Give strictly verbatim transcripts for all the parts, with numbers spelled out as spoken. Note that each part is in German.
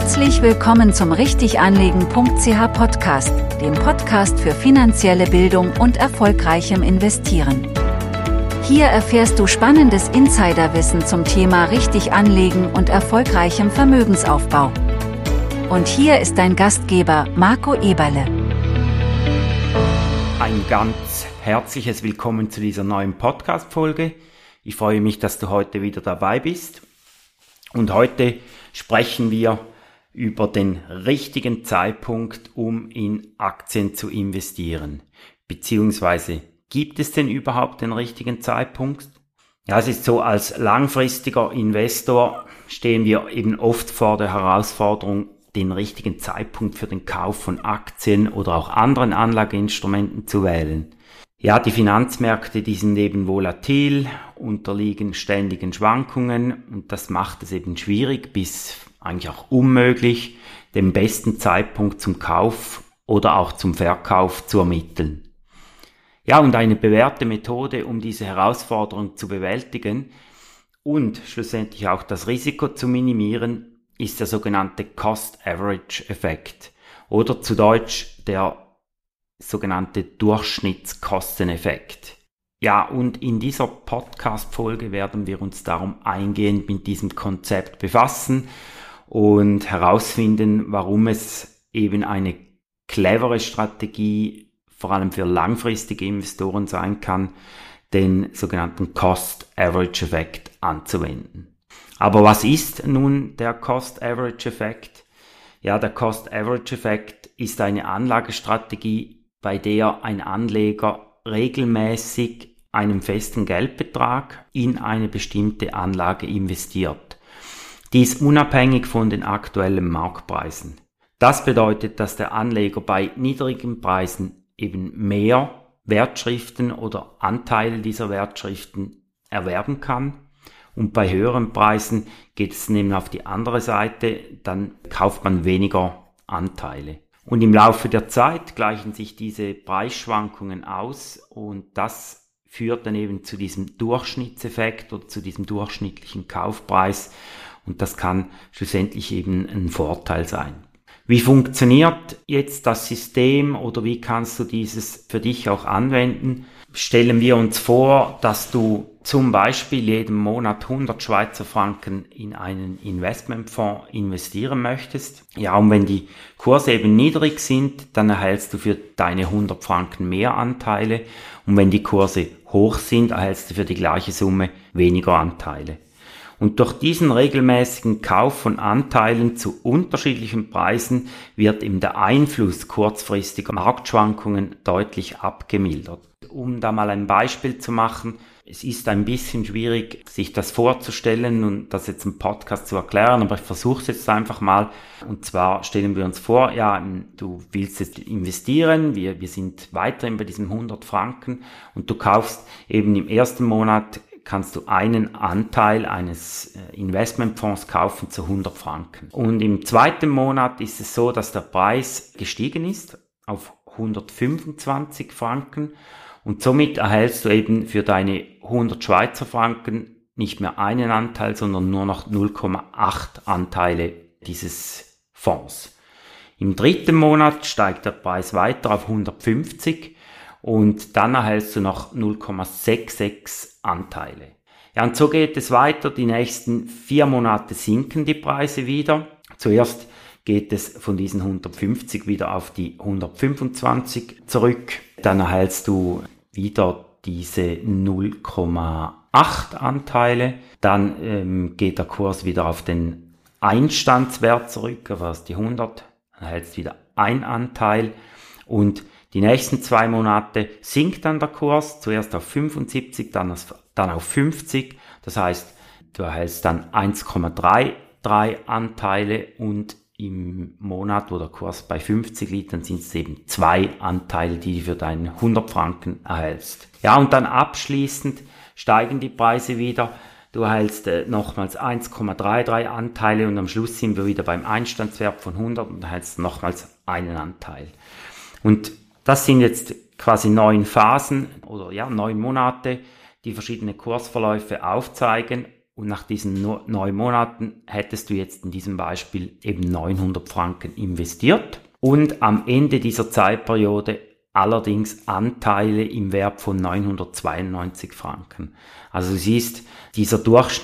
Herzlich willkommen zum richtiganlegen punkt c h Podcast, dem Podcast für finanzielle Bildung und erfolgreichem Investieren. Hier erfährst du spannendes Insiderwissen zum Thema richtig anlegen und erfolgreichem Vermögensaufbau. Und hier ist dein Gastgeber Marco Eberle. Ein ganz herzliches Willkommen zu dieser neuen Podcast-Folge. Ich freue mich, dass du heute wieder dabei bist. Und heute sprechen wir über den richtigen Zeitpunkt, um in Aktien zu investieren. Beziehungsweise, gibt es denn überhaupt den richtigen Zeitpunkt? Ja, es ist so, als langfristiger Investor stehen wir eben oft vor der Herausforderung, den richtigen Zeitpunkt für den Kauf von Aktien oder auch anderen Anlageinstrumenten zu wählen. Ja, die Finanzmärkte, die sind eben volatil, unterliegen ständigen Schwankungen und das macht es eben schwierig bis eigentlich auch unmöglich, den besten Zeitpunkt zum Kauf oder auch zum Verkauf zu ermitteln. Ja, und eine bewährte Methode, um diese Herausforderung zu bewältigen und schlussendlich auch das Risiko zu minimieren, ist der sogenannte Cost-Average-Effekt oder zu Deutsch der sogenannte Durchschnittskosteneffekt. Ja, und in dieser Podcast-Folge werden wir uns darum eingehend mit diesem Konzept befassen und herausfinden, warum es eben eine clevere Strategie vor allem für langfristige Investoren sein kann, den sogenannten Cost-Average-Effekt anzuwenden. Aber was ist nun der Cost-Average-Effekt? Ja, der Cost-Average-Effekt ist eine Anlagestrategie, bei der ein Anleger regelmäßig einen festen Geldbetrag in eine bestimmte Anlage investiert. Dies unabhängig von den aktuellen Marktpreisen. Das bedeutet, dass der Anleger bei niedrigen Preisen eben mehr Wertschriften oder Anteile dieser Wertschriften erwerben kann. Und bei höheren Preisen geht es nämlich auf die andere Seite, dann kauft man weniger Anteile. Und im Laufe der Zeit gleichen sich diese Preisschwankungen aus und das führt dann eben zu diesem Durchschnittseffekt oder zu diesem durchschnittlichen Kaufpreis und das kann schlussendlich eben ein Vorteil sein. Wie funktioniert jetzt das System oder wie kannst du dieses für dich auch anwenden? Stellen wir uns vor, dass du zum Beispiel jeden Monat hundert Schweizer Franken in einen Investmentfonds investieren möchtest. Ja, und wenn die Kurse eben niedrig sind, dann erhältst du für deine hundert Franken mehr Anteile. Und wenn die Kurse hoch sind, erhältst du für die gleiche Summe weniger Anteile. Und durch diesen regelmäßigen Kauf von Anteilen zu unterschiedlichen Preisen wird eben der Einfluss kurzfristiger Marktschwankungen deutlich abgemildert. Um da mal ein Beispiel zu machen, es ist ein bisschen schwierig, sich das vorzustellen und das jetzt im Podcast zu erklären, aber ich versuche es jetzt einfach mal. Und zwar stellen wir uns vor, ja, du willst jetzt investieren, wir, wir sind weiterhin bei diesem hundert Franken und du kaufst eben im ersten Monat kannst du einen Anteil eines Investmentfonds kaufen zu hundert Franken. Und im zweiten Monat ist es so, dass der Preis gestiegen ist auf hundertfünfundzwanzig Franken und somit erhältst du eben für deine hundert Schweizer Franken nicht mehr einen Anteil, sondern nur noch null Komma acht Anteile dieses Fonds. Im dritten Monat steigt der Preis weiter auf hundertfünfzig und dann erhältst du noch null Komma sechsundsechzig Anteile. Ja, und so geht es weiter. Die nächsten vier Monate sinken die Preise wieder. Zuerst geht es von diesen hundertfünfzig wieder auf die hundertfünfundzwanzig zurück. Dann erhältst du wieder diese null Komma acht Anteile. Dann ähm, geht der Kurs wieder auf den Einstandswert zurück, auf die hundert. Dann erhältst du wieder ein Anteil und die nächsten zwei Monate sinkt dann der Kurs, zuerst auf fünfundsiebzig, dann auf, dann auf fünfzig. Das heißt, du erhältst dann eins Komma dreiunddreißig Anteile und im Monat, wo der Kurs bei fünfzig liegt, dann sind es eben zwei Anteile, die du für deinen hundert Franken erhältst. Ja, und dann abschließend steigen die Preise wieder. Du erhältst äh, nochmals eins Komma dreiunddreißig Anteile und am Schluss sind wir wieder beim Einstandswert von hundert und erhältst nochmals einen Anteil. Und das sind jetzt quasi neun Phasen oder ja, neun Monate, die verschiedene Kursverläufe aufzeigen und nach diesen neun Monaten hättest du jetzt in diesem Beispiel eben neunhundert Franken investiert und am Ende dieser Zeitperiode allerdings Anteile im Wert von neunhundertzweiundneunzig Franken. Also du siehst, dieser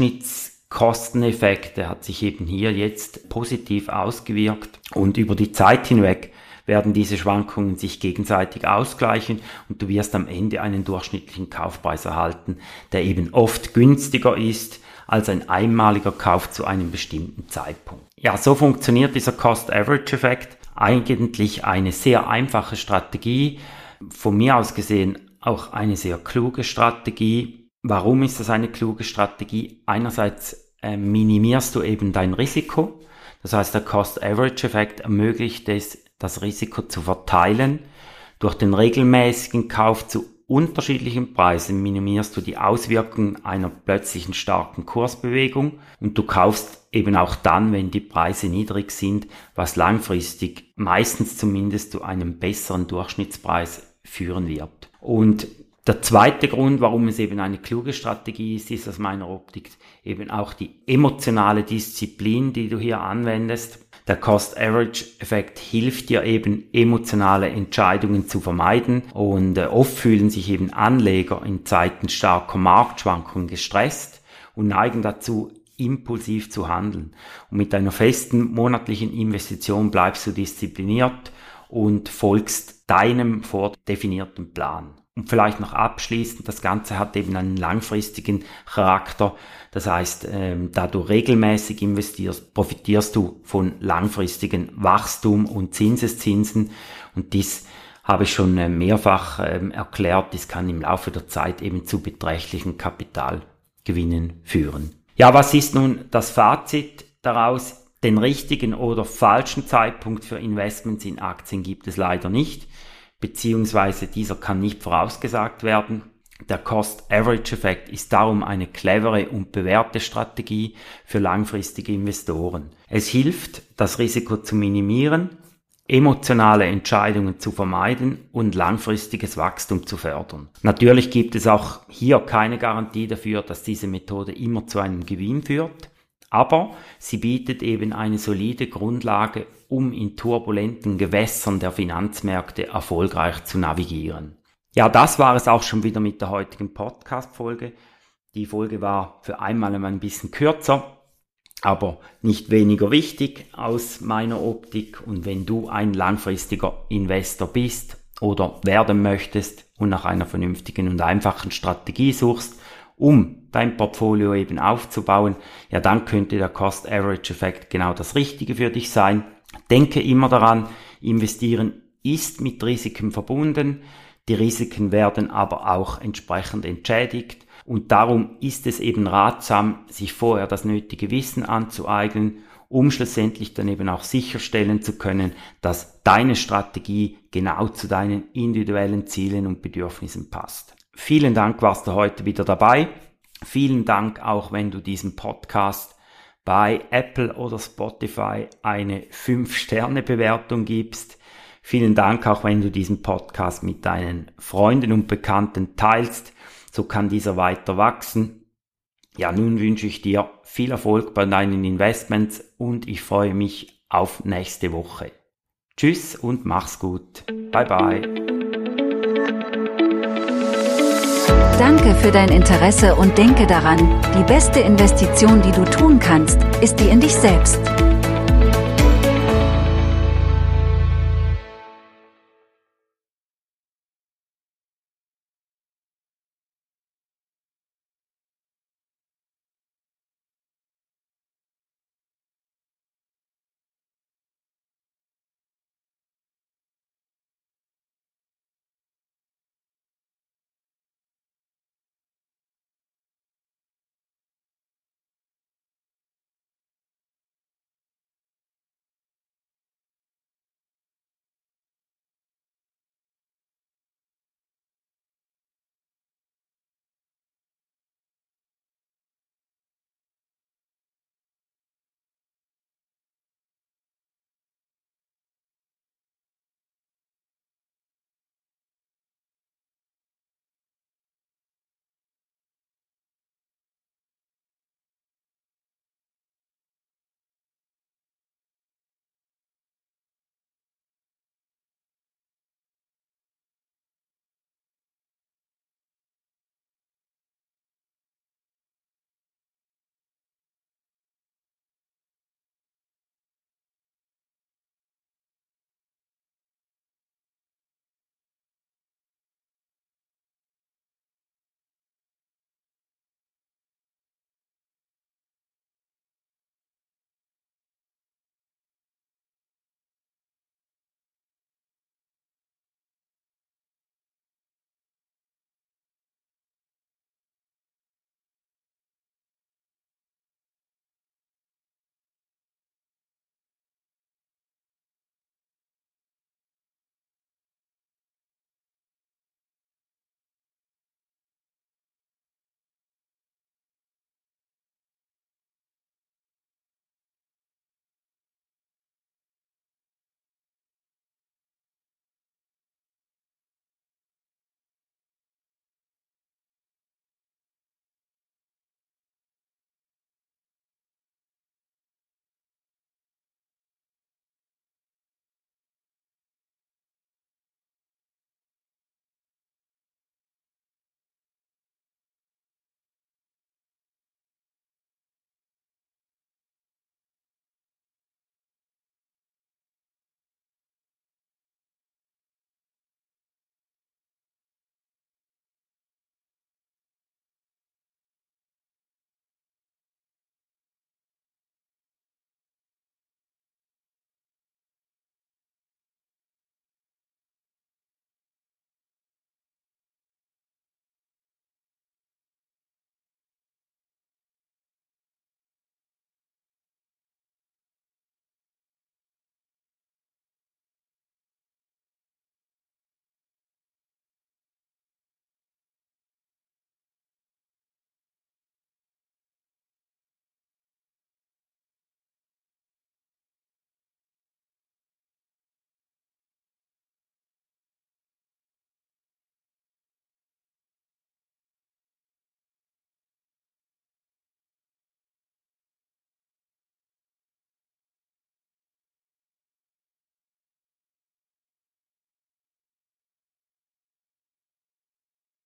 Durchschnittskosteneffekt, der hat sich eben hier jetzt positiv ausgewirkt und über die Zeit hinweg werden diese Schwankungen sich gegenseitig ausgleichen und du wirst am Ende einen durchschnittlichen Kaufpreis erhalten, der eben oft günstiger ist als ein einmaliger Kauf zu einem bestimmten Zeitpunkt. Ja, so funktioniert dieser Cost-Average-Effekt. Eigentlich eine sehr einfache Strategie, von mir aus gesehen auch eine sehr kluge Strategie. Warum ist das eine kluge Strategie? Einerseits äh, minimierst du eben dein Risiko, das heißt der Cost-Average-Effekt ermöglicht es, das Risiko zu verteilen. Durch den regelmäßigen Kauf zu unterschiedlichen Preisen minimierst du die Auswirkungen einer plötzlichen starken Kursbewegung und du kaufst eben auch dann, wenn die Preise niedrig sind, was langfristig meistens zumindest zu einem besseren Durchschnittspreis führen wird. Und der zweite Grund, warum es eben eine kluge Strategie ist, ist aus meiner Optik eben auch die emotionale Disziplin, die du hier anwendest. Der Cost-Average-Effekt hilft dir eben, emotionale Entscheidungen zu vermeiden und äh, oft fühlen sich eben Anleger in Zeiten starker Marktschwankungen gestresst und neigen dazu, impulsiv zu handeln. Und mit einer festen monatlichen Investition bleibst du diszipliniert und folgst deinem vordefinierten Plan. Und vielleicht noch abschließend, das Ganze hat eben einen langfristigen Charakter. Das heißt, ähm, da du regelmäßig investierst, profitierst du von langfristigen Wachstum und Zinseszinsen. Und dies habe ich schon äh, mehrfach ähm, erklärt. Dies kann im Laufe der Zeit eben zu beträchtlichen Kapitalgewinnen führen. Ja, was ist nun das Fazit daraus? Den richtigen oder falschen Zeitpunkt für Investments in Aktien gibt es leider nicht, beziehungsweise dieser kann nicht vorausgesagt werden. Der Cost-Average-Effekt ist darum eine clevere und bewährte Strategie für langfristige Investoren. Es hilft, das Risiko zu minimieren, emotionale Entscheidungen zu vermeiden und langfristiges Wachstum zu fördern. Natürlich gibt es auch hier keine Garantie dafür, dass diese Methode immer zu einem Gewinn führt, aber sie bietet eben eine solide Grundlage, um in turbulenten Gewässern der Finanzmärkte erfolgreich zu navigieren. Ja, das war es auch schon wieder mit der heutigen Podcast-Folge. Die Folge war für einmal ein bisschen kürzer, aber nicht weniger wichtig aus meiner Optik. Und wenn du ein langfristiger Investor bist oder werden möchtest und nach einer vernünftigen und einfachen Strategie suchst, um dein Portfolio eben aufzubauen, ja, dann könnte der Cost-Average-Effekt genau das Richtige für dich sein. Denke immer daran, investieren ist mit Risiken verbunden. Die Risiken werden aber auch entsprechend entschädigt und darum ist es eben ratsam, sich vorher das nötige Wissen anzueignen, um schlussendlich dann eben auch sicherstellen zu können, dass deine Strategie genau zu deinen individuellen Zielen und Bedürfnissen passt. Vielen Dank, warst du heute wieder dabei. Vielen Dank auch, wenn du diesem Podcast bei Apple oder Spotify eine fünf Sterne Bewertung gibst. Vielen Dank auch, wenn du diesen Podcast mit deinen Freunden und Bekannten teilst. So kann dieser weiter wachsen. Ja, nun wünsche ich dir viel Erfolg bei deinen Investments und ich freue mich auf nächste Woche. Tschüss und mach's gut. Bye bye. Danke für dein Interesse und denke daran, die beste Investition, die du tun kannst, ist die in dich selbst.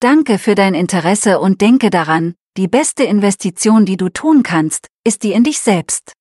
Danke für dein Interesse und denke daran, die beste Investition, die du tun kannst, ist die in dich selbst.